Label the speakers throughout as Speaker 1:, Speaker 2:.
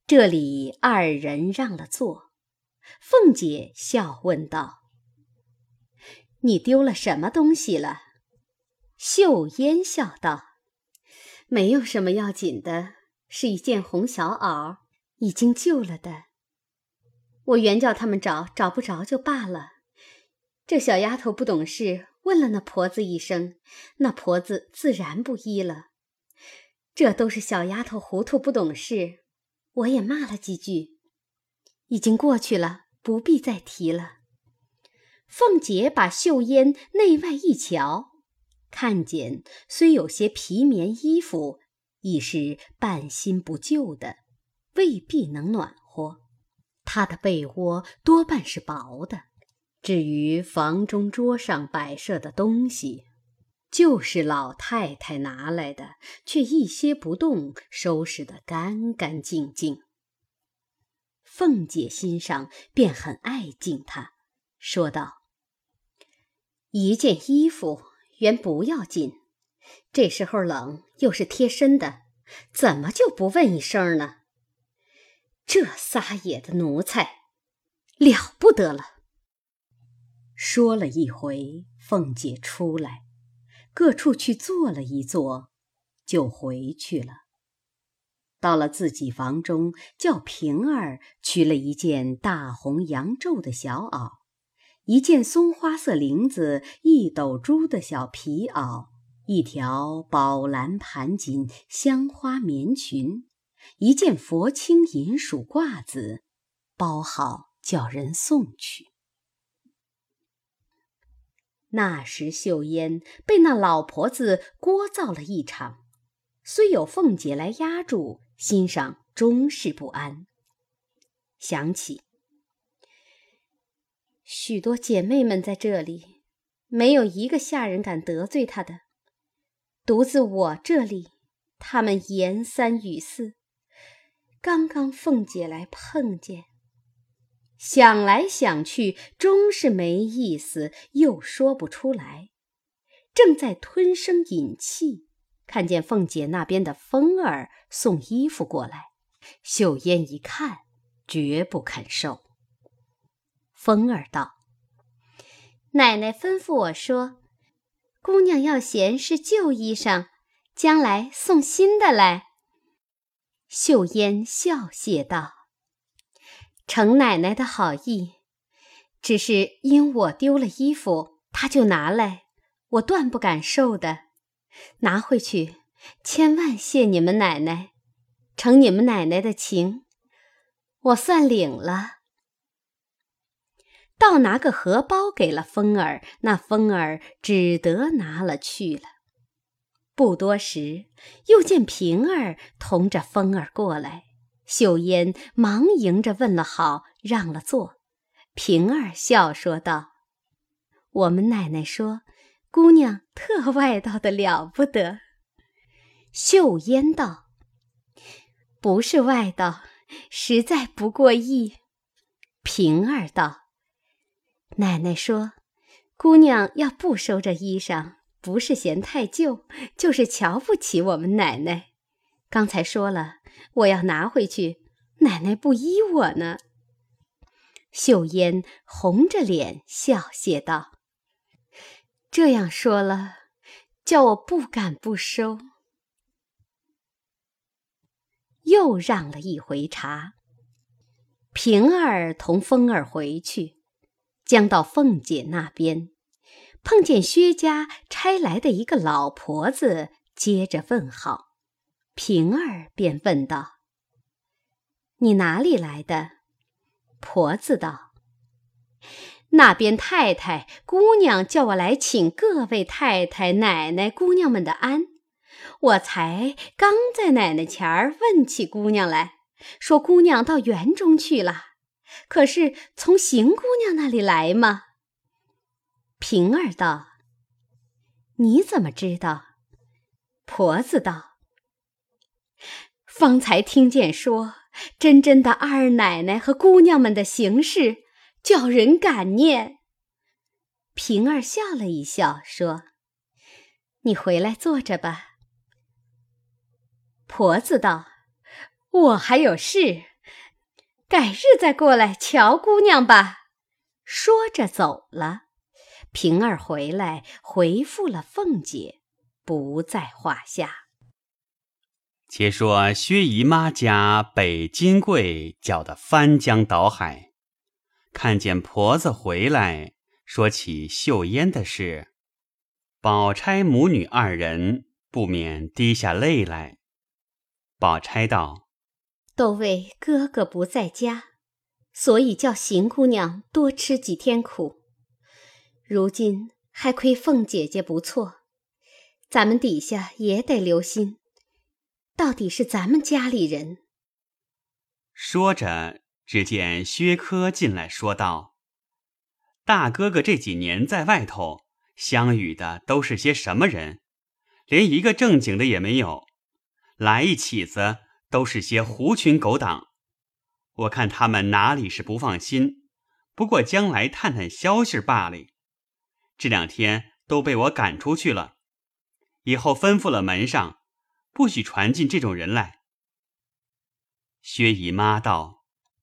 Speaker 1: 这里二人让了座，凤姐笑问道：“你丢了什么东西了？”秀烟笑道：“没有什么要紧的，是一件红小袄，已经旧了的。我原叫他们找，找不着就罢了。这小丫头不懂事，问了那婆子一声，那婆子自然不依了。这都是小丫头糊涂不懂事，我也骂了几句，已经过去了，不必再提了。”凤姐把秀烟内外一瞧，看见虽有些皮棉衣服，已是半新不旧的，未必能暖和。她的被窝多半是薄的，至于房中桌上摆设的东西，就是老太太拿来的，却一些不动，收拾得干干净净。凤姐心上便很爱敬她，说道：“一件衣服原不要紧，这时候冷又是贴身的，怎么就不问一声呢？这撒野的奴才，了不得了。”说了一回，凤姐出来，各处去坐了一坐，就回去了。到了自己房中，叫平儿取了一件大红洋皱的小袄，一件松花色绫子一斗珠的小皮袄，一条宝蓝盘锦香花棉裙，一件佛青银鼠褂子，包好叫人送去。那时秀烟被那老婆子聒噪了一场，虽有凤姐来压住，心上终是不安。想起许多姐妹们在这里，没有一个下人敢得罪她的，独自我这里，她们言三语四，刚刚凤姐来碰见，想来想去，终是没意思，又说不出来。正在吞声饮气，看见凤姐那边的风儿送衣服过来，秀烟一看，绝不肯受。风儿道：“奶奶吩咐我说，姑娘要嫌是旧衣裳，将来送新的来。”秀烟笑谢道：“承奶奶的好意，只是因我丢了衣服，她就拿来，我断不敢受的。拿回去，千万谢你们奶奶，承你们奶奶的情，我算领了。”倒拿个荷包给了风儿，那风儿只得拿了去了。不多时，又见平儿同着风儿过来，秀烟忙迎着问了好，让了座。平儿笑说道：“我们奶奶说，姑娘特外道的了不得。”秀烟道：“不是外道，实在不过意。”平儿道：“奶奶说，姑娘要不收这衣裳，不是嫌太旧，就是瞧不起我们奶奶。刚才说了，我要拿回去，奶奶不依我呢。”秀烟红着脸笑谢道：“这样说了，叫我不敢不收。”又让了一回茶。平儿同风儿回去，将到凤姐那边，碰见薛家差来的一个老婆子，接着问好。平儿便问道：“你哪里来的？”婆子道：“那边太太姑娘叫我来请各位太太奶奶姑娘们的安，我才刚在奶奶前儿问起姑娘来，说姑娘到园中去了，可是从邢姑娘那里来吗？”平儿道：“你怎么知道？”婆子道：“方才听见说，真真的二奶奶和姑娘们的行事，叫人感念。”平儿笑了一笑，说：“你回来坐着吧。”婆子道：“我还有事， 改日再过来瞧姑娘吧。”说着走了。平儿回来回复了凤姐，不在话下。
Speaker 2: 且说薛姨妈家北金柜搅得翻江倒海，看见婆子回来，说起秀烟的事，宝钗母女二人不免滴下泪来。宝钗道：“
Speaker 1: 都为哥哥不在家，所以叫邢姑娘多吃几天苦。如今还亏凤姐姐不错，咱们底下也得留心，到底是咱们家里人。”
Speaker 2: 说着，只见薛科进来说道：“大哥哥这几年在外头相遇的都是些什么人？连一个正经的也没有，来一起子都是些狐群狗党。我看他们哪里是不放心，不过将来探探消息罢了。这2天都被我赶出去了，以后吩咐了门上，不许传进这种人来。”薛姨妈道：“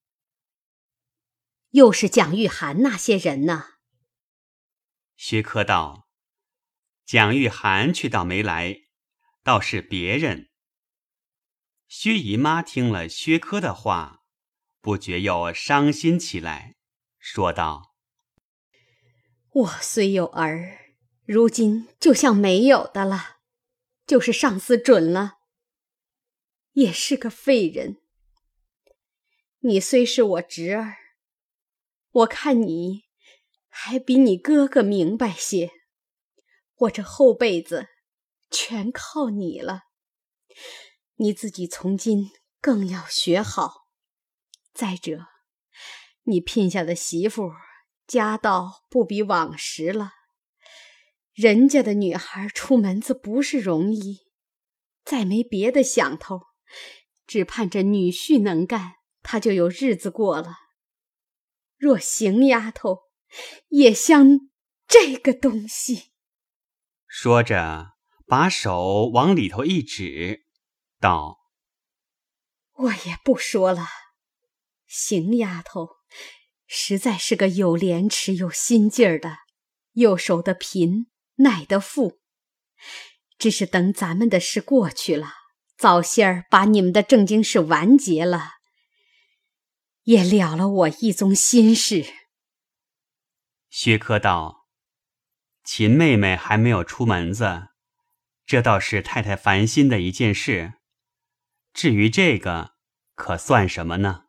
Speaker 1: 又是蒋玉菡那些人呢？”
Speaker 2: 薛科道：“蒋玉菡却倒没来，倒是别人。”薛姨妈听了薛科的话，不觉又伤心起来，说道：“
Speaker 1: 我虽有儿，如今就像没有的了，就是上司准了，也是个废人。你虽是我侄儿，我看你还比你哥哥明白些，我这后辈子全靠你了。你自己从今更要学好。再者，你聘下的媳妇家道不比往时了，人家的女孩出门子不是容易，再没别的想头，只盼着女婿能干，她就有日子过了。若邢丫头也像这个东西。”
Speaker 2: 说着把手往里头一指，道：“
Speaker 1: 我也不说了，邢丫头实在是个有廉耻有心劲儿的，又守得贫耐得富，只是等咱们的事过去了，早些儿把你们的正经事完结了，也了了我一宗心事。”
Speaker 2: 薛科道：“秦妹妹还没有出门子，这倒是太太烦心的一件事。至于这个，可算什么呢？”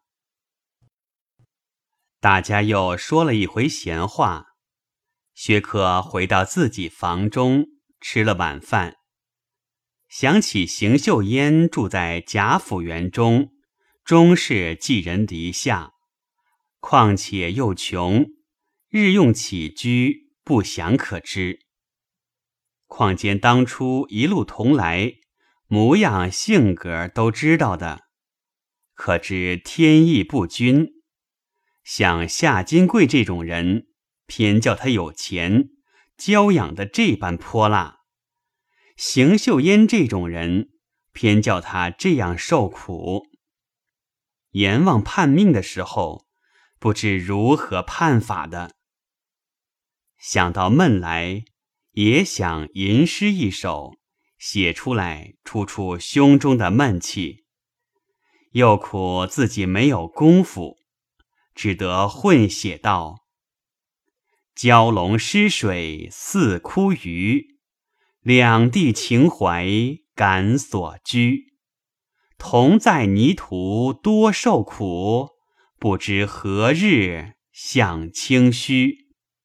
Speaker 2: 大家又说了一回闲话。薛科回到自己房中，吃了晚饭，想起邢岫烟住在贾府园中，终是寄人篱下，况且又穷，日用起居不详可知。况且当初一路同来，模样性格都知道的，可知天意不均。像夏金贵这种人，偏叫他有钱，娇养的这般泼辣；邢岫烟这种人，偏叫他这样受苦。阎王判命的时候，不知如何判法的。想到闷来，也想吟诗一首，写出来出出胸中的闷气。又苦自己没有功夫，只得混写道：“蛟龙失水似枯鱼，两地情怀感所居。同在泥土多受苦，不知何日享清虚。”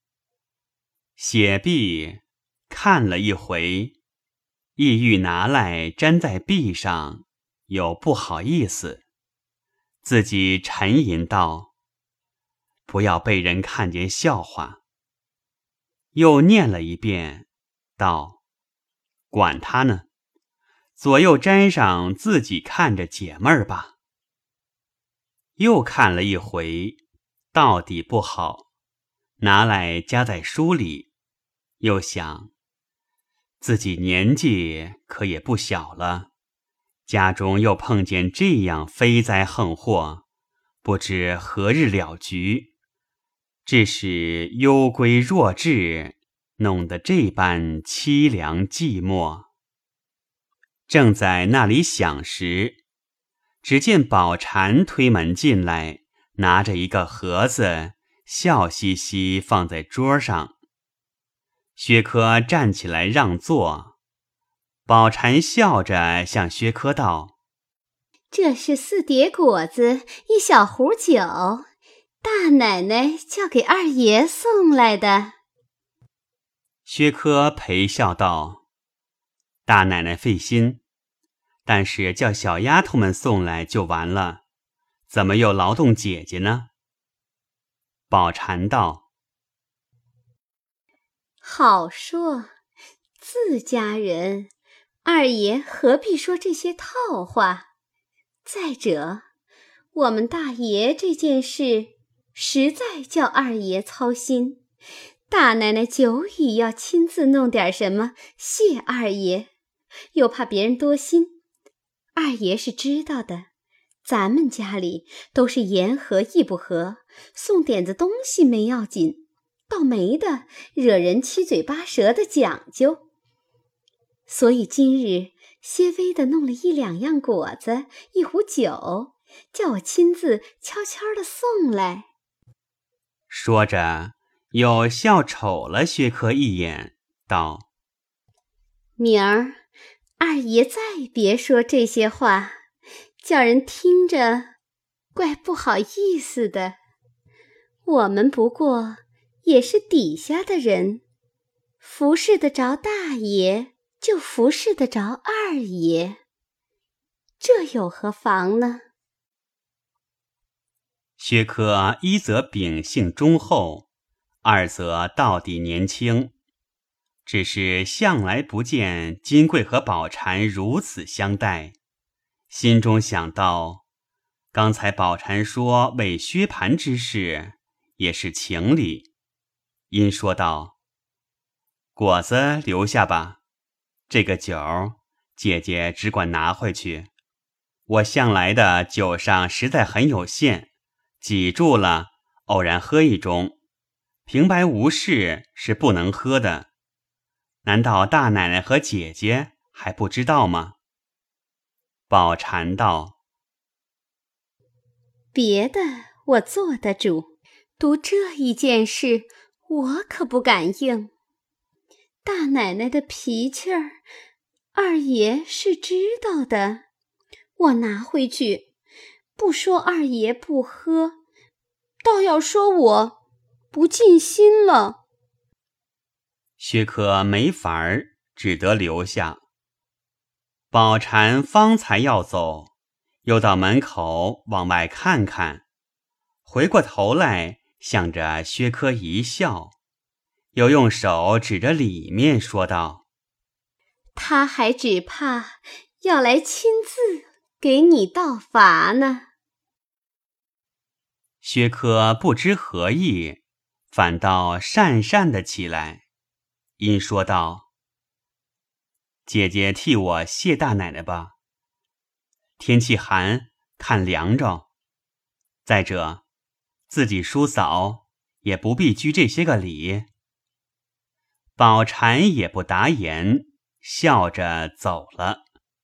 Speaker 2: 写毕，看了一回，意欲拿来粘在壁上，有不好意思，自己沉吟道：“不要被人看见笑话。”又念了一遍，道：“管他呢，左右粘上，自己看着解闷儿吧。”又看了一回，到底不好，拿来夹在书里，又想自己年纪可也不小了，家中又碰见这样飞灾横祸， 不知何日了局，致使幽归若至，弄得这般凄凉寂寞。正在那里想时，只见宝蟾推门进来，拿着一个盒子，笑嘻嘻放在桌上。薛科站起来让座，宝蟾笑着向薛科道：
Speaker 1: 这是4碟果子，1小壶酒，大奶奶叫给二爷送来的。
Speaker 2: 薛科陪笑道：大奶奶费心，但是叫小丫头们送来就完了，怎么又劳动姐姐呢？宝蟾道：
Speaker 1: 好说，自家人，二爷何必说这些套话？再者，我们大爷这件事实在叫二爷操心，大奶奶久已要亲自弄点什么谢二爷，又怕别人多心。二爷是知道的，咱们家里都是言和意不和，送点子东西没要紧，倒没的惹人七嘴八舌的讲究。所以今日些微的弄了1、2样果子，1壶酒，叫我亲自悄悄地送来。
Speaker 2: 说着又笑瞅了薛科一眼，道：
Speaker 1: 明儿二爷再别说这些话，叫人听着怪不好意思的。我们不过也是底下的人，服侍得着大爷，就服侍得着二爷，这有何妨呢？
Speaker 2: 薛科一则秉性忠厚，二则到底年轻，只是向来不见金贵和宝蟾如此相待，心中想到，刚才宝蟾说为薛蟠之事，也是情理，因说道：果子留下吧，这个酒姐姐只管拿回去，我向来的酒上实在很有限，挤住了偶然喝一盅，平白无事是不能喝的，难道大奶奶和姐姐还不知道吗？宝蟾道：
Speaker 1: 别的我做得主，独这一件事我可不敢应。大奶奶的脾气儿，二爷是知道的，我拿回去，不说二爷不喝，倒要说我不尽心了。
Speaker 2: 薛科没法儿，只得留下。宝蟾方才要走，又到门口往外看看，回过头来向着薛科一笑，又用手指着里面说道：
Speaker 1: 他还只怕要来亲自给你道罚呢。
Speaker 2: 薛科不知何意，反倒讪讪的起来，因说道：姐姐替我谢大奶奶吧，天气寒，看凉着。再者，自己叔嫂也不必拘这些个礼。宝蟾也不答言，笑着走了。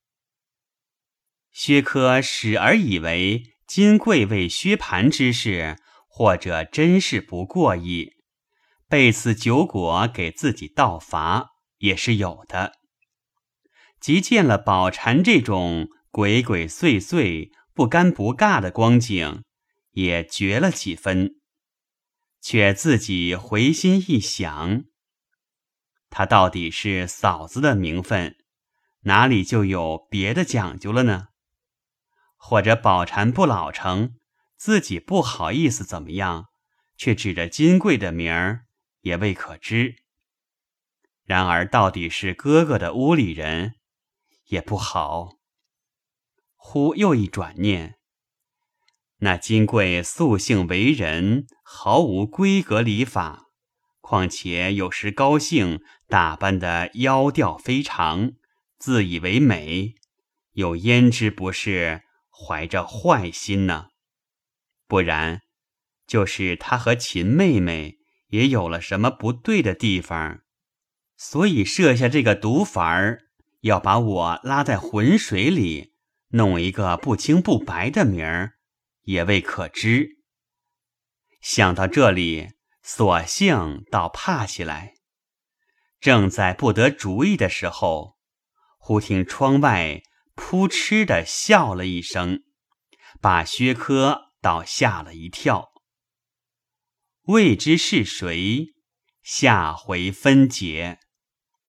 Speaker 2: 薛科始而以为金贵为薛蟠之事，或者真是不过意，备赐酒果给自己道罚也是有的。即见了宝蟾这种鬼鬼祟祟、不尴不尬的光景，也觉了几分，却自己回心一想，他到底是嫂子的名分，哪里就有别的讲究了呢？或者宝蟾不老成，自己不好意思怎么样，却指着金贵的名儿，也未可知。然而到底是哥哥的屋里人，也不好。忽又一转念，那金贵素性为人，毫无规格礼法，况且有时高兴，打扮得窈窕非常，自以为美，又焉知不是怀着坏心呢？ 不然就是他和秦妹妹也有了什么不对的地方，所以设下这个毒法儿，要把我拉在浑水里，弄一个不清不白的名儿，也未可知。想到这里，索性倒怕起来。正在不得主意的时候，忽听窗外扑哧地笑了一声，把薛科倒吓了一跳。未知是谁，下回分解。